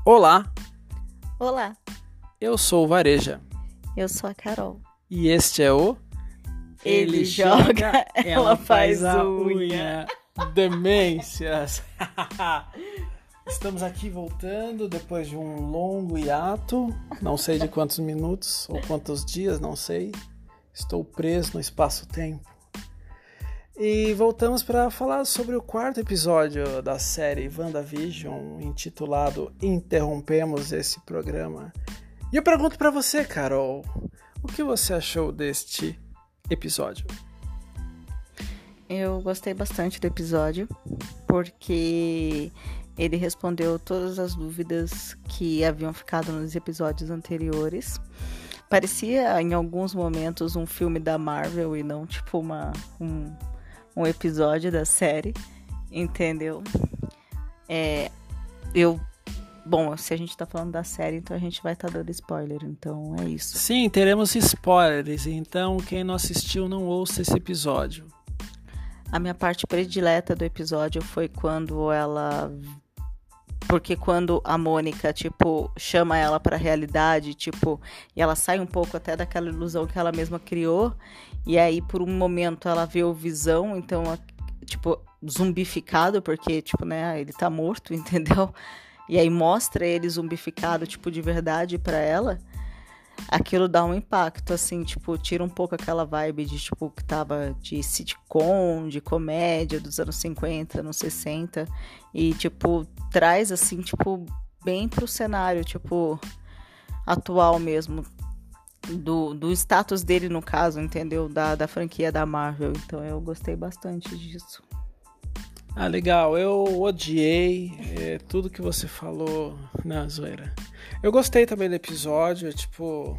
Olá, Olá, eu sou o Vareja eu sou a Carol. e este é o Ele joga, ela faz unha. Demências. Estamos aqui voltando depois de um longo hiato, não sei de quantos minutos ou quantos dias, não sei. Estou preso no espaço-tempo. E voltamos para falar sobre o quarto episódio da série WandaVision, intitulado Interrompemos esse programa. E eu pergunto para você, Carol, o que você achou deste episódio? Eu gostei bastante do episódio, porque ele respondeu todas as dúvidas que haviam ficado nos episódios anteriores. Parecia, em alguns momentos, um filme da Marvel e não, tipo, um episódio da série, entendeu? Bom, se a gente tá falando da série, então a gente vai estar dando spoiler, então é isso. Sim, teremos spoilers, então quem não assistiu não ouça esse episódio. A minha parte predileta do episódio foi porque quando a Mônica, tipo, chama ela pra realidade, tipo, e ela sai um pouco até daquela ilusão que ela mesma criou, e aí por um momento ela vê o Visão, então, tipo, zumbificado, porque, tipo, né, ele tá morto, entendeu? E aí mostra ele zumbificado, tipo, de verdade pra ela. Aquilo dá um impacto, assim, tipo, tira um pouco aquela vibe de, tipo, que tava de sitcom, de comédia dos anos 50, anos 60, e, tipo, traz, assim, tipo, bem pro cenário, tipo, atual mesmo, do status dele, no caso, entendeu? Da franquia da Marvel, então eu gostei bastante disso. Ah, legal, eu odiei tudo que você falou na zoeira. Eu gostei também do episódio, tipo,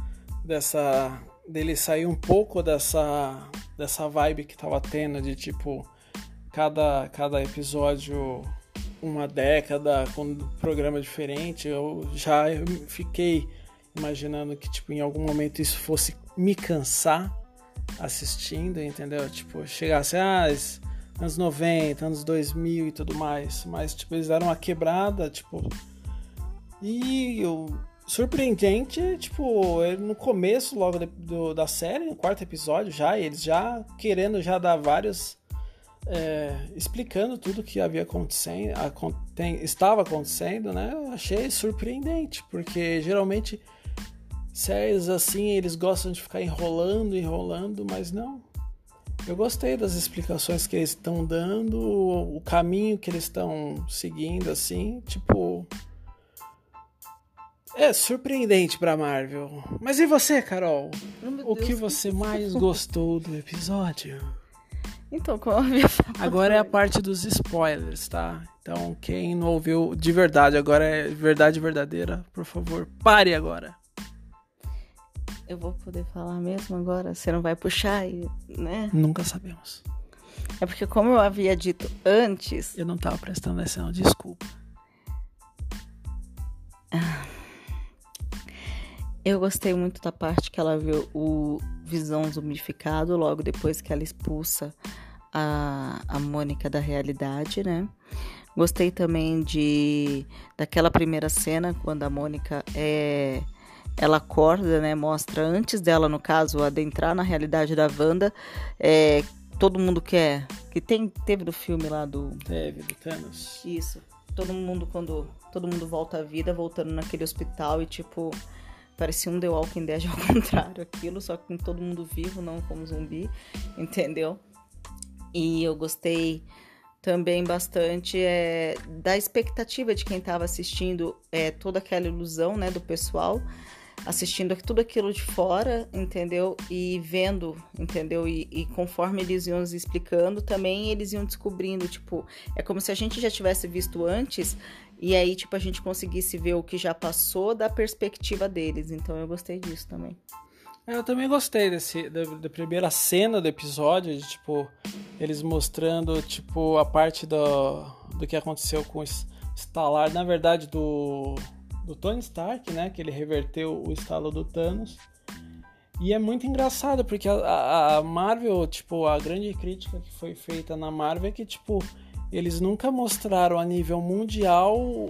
dele sair um pouco dessa vibe que tava tendo de, tipo, cada episódio uma década com um programa diferente. Eu fiquei imaginando que, tipo, em algum momento isso fosse me cansar assistindo, entendeu? Tipo, chegasse, anos 90, anos 2000 e tudo mais, mas, tipo, eles deram uma quebrada, tipo, e surpreendente, tipo, no começo logo da série, no quarto episódio já, eles já querendo já dar vários, explicando tudo que havia acontecendo, estava acontecendo, né, eu achei surpreendente, porque geralmente séries assim, eles gostam de ficar enrolando, mas não. Eu gostei das explicações que eles estão dando, o caminho que eles estão seguindo, assim, tipo... É surpreendente pra Marvel. Mas e você, Carol? O que você mais gostou do episódio? Então, como eu havia falado... Agora é a parte dos spoilers, tá? Então, quem não ouviu de verdade, agora é verdade verdadeira, por favor, pare agora. Eu vou poder falar mesmo agora? Você não vai puxar, né? Nunca sabemos. É porque, como eu havia dito antes... Eu não tava prestando atenção, desculpa. Eu gostei muito da parte que ela viu o Visão zumbificado logo depois que ela expulsa a Mônica da realidade, né? Gostei também daquela primeira cena, quando a Mônica ela acorda, né? Mostra antes dela, no caso, adentrar na realidade da Wanda. Todo mundo teve do filme lá do... Teve, do Thanos. Isso. Quando todo mundo volta à vida, voltando naquele hospital e, tipo... Parecia um The Walking Dead ao contrário, aquilo, só que com todo mundo vivo, não como zumbi, entendeu? E eu gostei também bastante da expectativa de quem estava assistindo toda aquela ilusão, né, do pessoal, assistindo tudo aquilo de fora, entendeu? E vendo, entendeu? E conforme eles iam explicando, também eles iam descobrindo, tipo, é como se a gente já tivesse visto antes, e aí, tipo, a gente conseguisse ver o que já passou da perspectiva deles. Então, eu gostei disso também. Eu também gostei da primeira cena do episódio, de, tipo, eles mostrando, tipo, a parte do que aconteceu com o estalar, na verdade, do Tony Stark, né, que ele reverteu o estalo do Thanos. E é muito engraçado, porque a Marvel, tipo, a grande crítica que foi feita na Marvel é que, tipo, eles nunca mostraram a nível mundial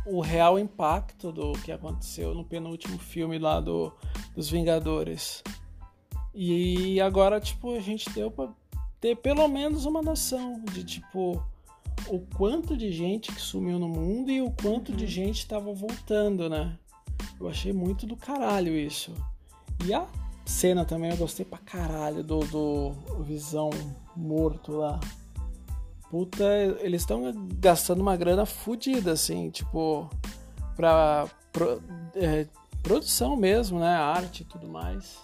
o real impacto do que aconteceu no penúltimo filme lá dos Vingadores. E agora, tipo, a gente deu pra ter pelo menos uma noção de, tipo, o quanto de gente que sumiu no mundo e o quanto de gente tava voltando, né? Eu achei muito do caralho isso. E a cena também eu gostei pra caralho do Visão morto lá. Puta, eles estão gastando uma grana fodida, assim, tipo, pra produção mesmo, né? Arte e tudo mais.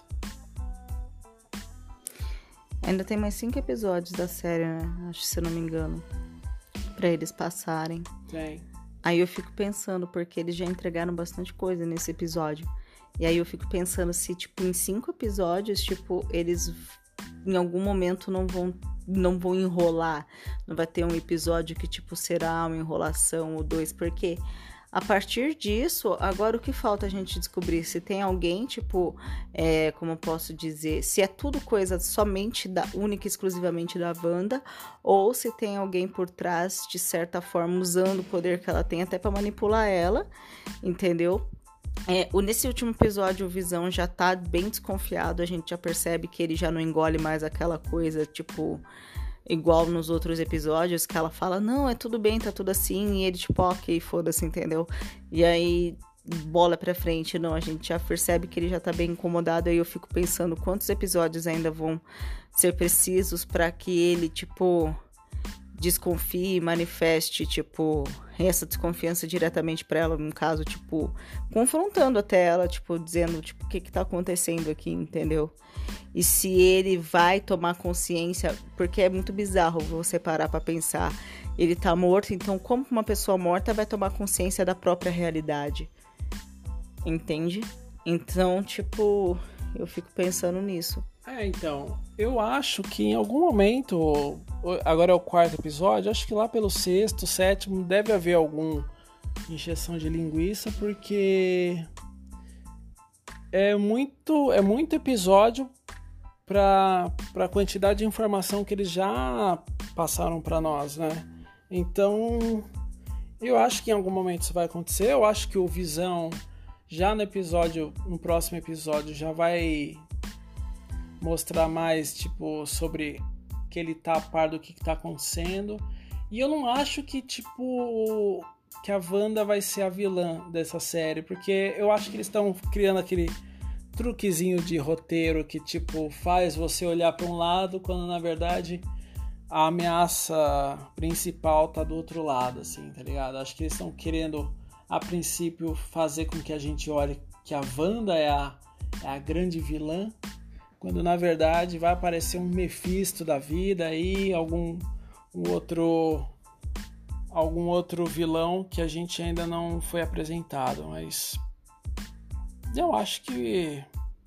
Ainda tem mais 5 episódios da série, né? Acho, se eu não me engano. Pra eles passarem. Tem. Aí eu fico pensando, porque eles já entregaram bastante coisa nesse episódio. E aí eu fico pensando se, tipo, em 5 episódios, tipo, eles em algum momento não vão enrolar. Não vai ter um episódio que, tipo, será uma enrolação ou 2, porque a partir disso, agora o que falta a gente descobrir? Se tem alguém, tipo, como eu posso dizer, se é tudo coisa somente única e exclusivamente da Wanda, ou se tem alguém por trás, de certa forma, usando o poder que ela tem até pra manipular ela, entendeu? Nesse último episódio, o Visão já tá bem desconfiado, a gente já percebe que ele já não engole mais aquela coisa, tipo, igual nos outros episódios, que ela fala, não, é tudo bem, tá tudo assim, e ele tipo, ok, foda-se, entendeu? E aí, bola pra frente, não, a gente já percebe que ele já tá bem incomodado, aí eu fico pensando quantos episódios ainda vão ser precisos pra que ele, tipo, desconfie, manifeste, tipo, essa desconfiança diretamente pra ela, no caso, tipo, confrontando até ela, tipo, dizendo, tipo, o que tá acontecendo aqui, entendeu? E se ele vai tomar consciência, porque é muito bizarro você parar pra pensar, ele tá morto, então como uma pessoa morta vai tomar consciência da própria realidade? Entende? Então, tipo, eu fico pensando nisso. Então, eu acho que em algum momento, agora é o 4º episódio, acho que lá pelo 6º, 7º, deve haver alguma injeção de linguiça, porque é muito episódio para a quantidade de informação que eles já passaram para nós, né? Então, eu acho que em algum momento isso vai acontecer. Eu acho que o Visão já no próximo episódio já vai mostrar mais, tipo, sobre que ele tá a par do que tá acontecendo. E eu não acho que, tipo, que a Wanda vai ser a vilã dessa série, porque eu acho que eles estão criando aquele truquezinho de roteiro que, tipo, faz você olhar para um lado quando, na verdade, a ameaça principal tá do outro lado, assim, tá ligado? Acho que eles estão querendo, a princípio, fazer com que a gente olhe que a Wanda é a grande vilã, quando na verdade vai aparecer um Mephisto da vida aí, algum outro vilão que a gente ainda não foi apresentado, mas eu acho que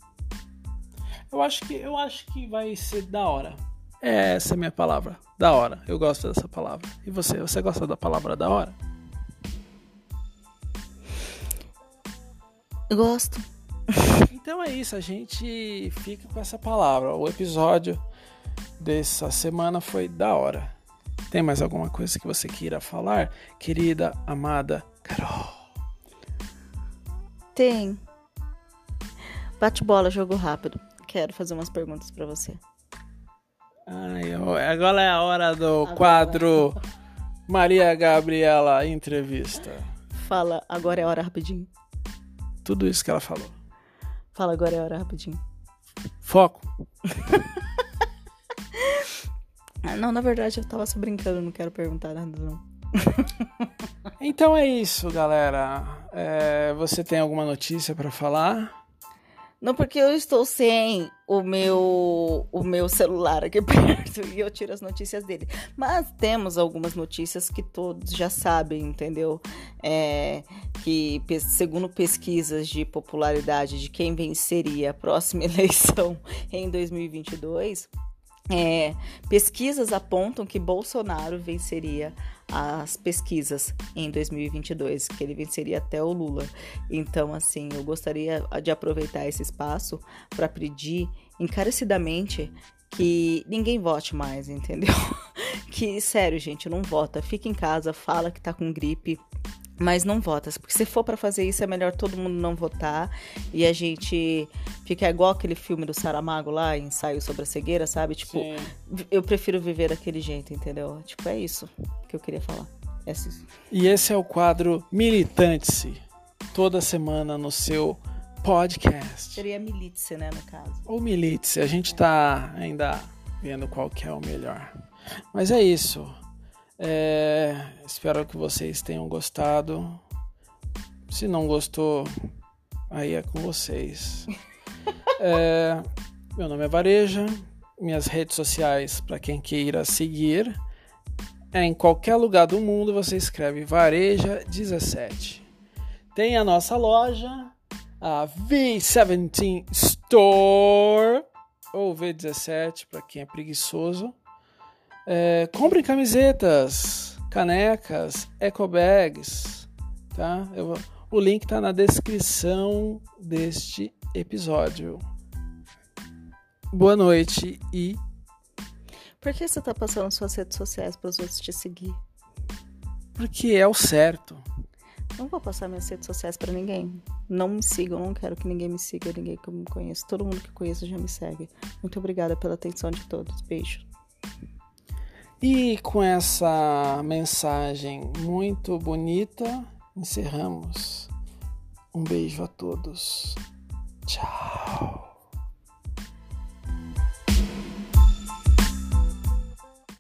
vai ser da hora. Essa é a minha palavra, da hora. Eu gosto dessa palavra. E você gosta da palavra da hora? Eu gosto. Então é isso, a gente fica com essa palavra. O episódio dessa semana foi da hora. Tem mais alguma coisa que você queira falar, querida, amada Carol? Tem. Bate bola, jogo rápido. Quero fazer umas perguntas pra você. Agora é a hora do quadro Maria Gabriela Entrevista. Fala, agora é a hora rapidinho. Tudo isso que ela falou. Fala, agora é a hora rapidinho. Foco. Não, na verdade eu tava só brincando, não quero perguntar nada não. Então é isso, galera. Você tem alguma notícia pra falar? Não, porque eu estou sem o meu celular aqui perto e eu tiro as notícias dele. Mas temos algumas notícias que todos já sabem, entendeu? Que segundo pesquisas de popularidade de quem venceria a próxima eleição em 2022, pesquisas apontam que Bolsonaro venceria as pesquisas em 2022, que ele venceria até o Lula. Então, assim, eu gostaria de aproveitar esse espaço para pedir encarecidamente que ninguém vote mais, entendeu? Que, sério, gente, não vota. Fica em casa, fala que tá com gripe, Mas não vota, porque se for pra fazer isso é melhor todo mundo não votar e a gente fica igual aquele filme do Saramago lá, Ensaio sobre a Cegueira, sabe? Tipo, Sim. eu prefiro viver daquele jeito, entendeu? Tipo, é isso que eu queria falar. E esse é o quadro Militante-se, toda semana no seu podcast. Seria Militse, né, no caso. Ou Militse, a gente tá ainda vendo qual que é o melhor. Mas é isso. Espero que vocês tenham gostado. Se não gostou, aí é com vocês. Meu nome é Vareja. Minhas redes sociais, para quem queira seguir, em qualquer lugar do mundo você escreve Vareja17. Tem a nossa loja, a V17 Store, ou V17 para quem é preguiçoso. Comprem camisetas, canecas, ecobags, tá? O link está na descrição deste episódio. Boa noite e... Por que você tá passando suas redes sociais para os outros te seguir? Porque é o certo. Não vou passar minhas redes sociais para ninguém. Não me sigam, não quero que ninguém me siga, ninguém que eu me conheça. Todo mundo que eu conheço já me segue. Muito obrigada pela atenção de todos. Beijo. E com essa mensagem muito bonita, encerramos. Um beijo a todos. Tchau.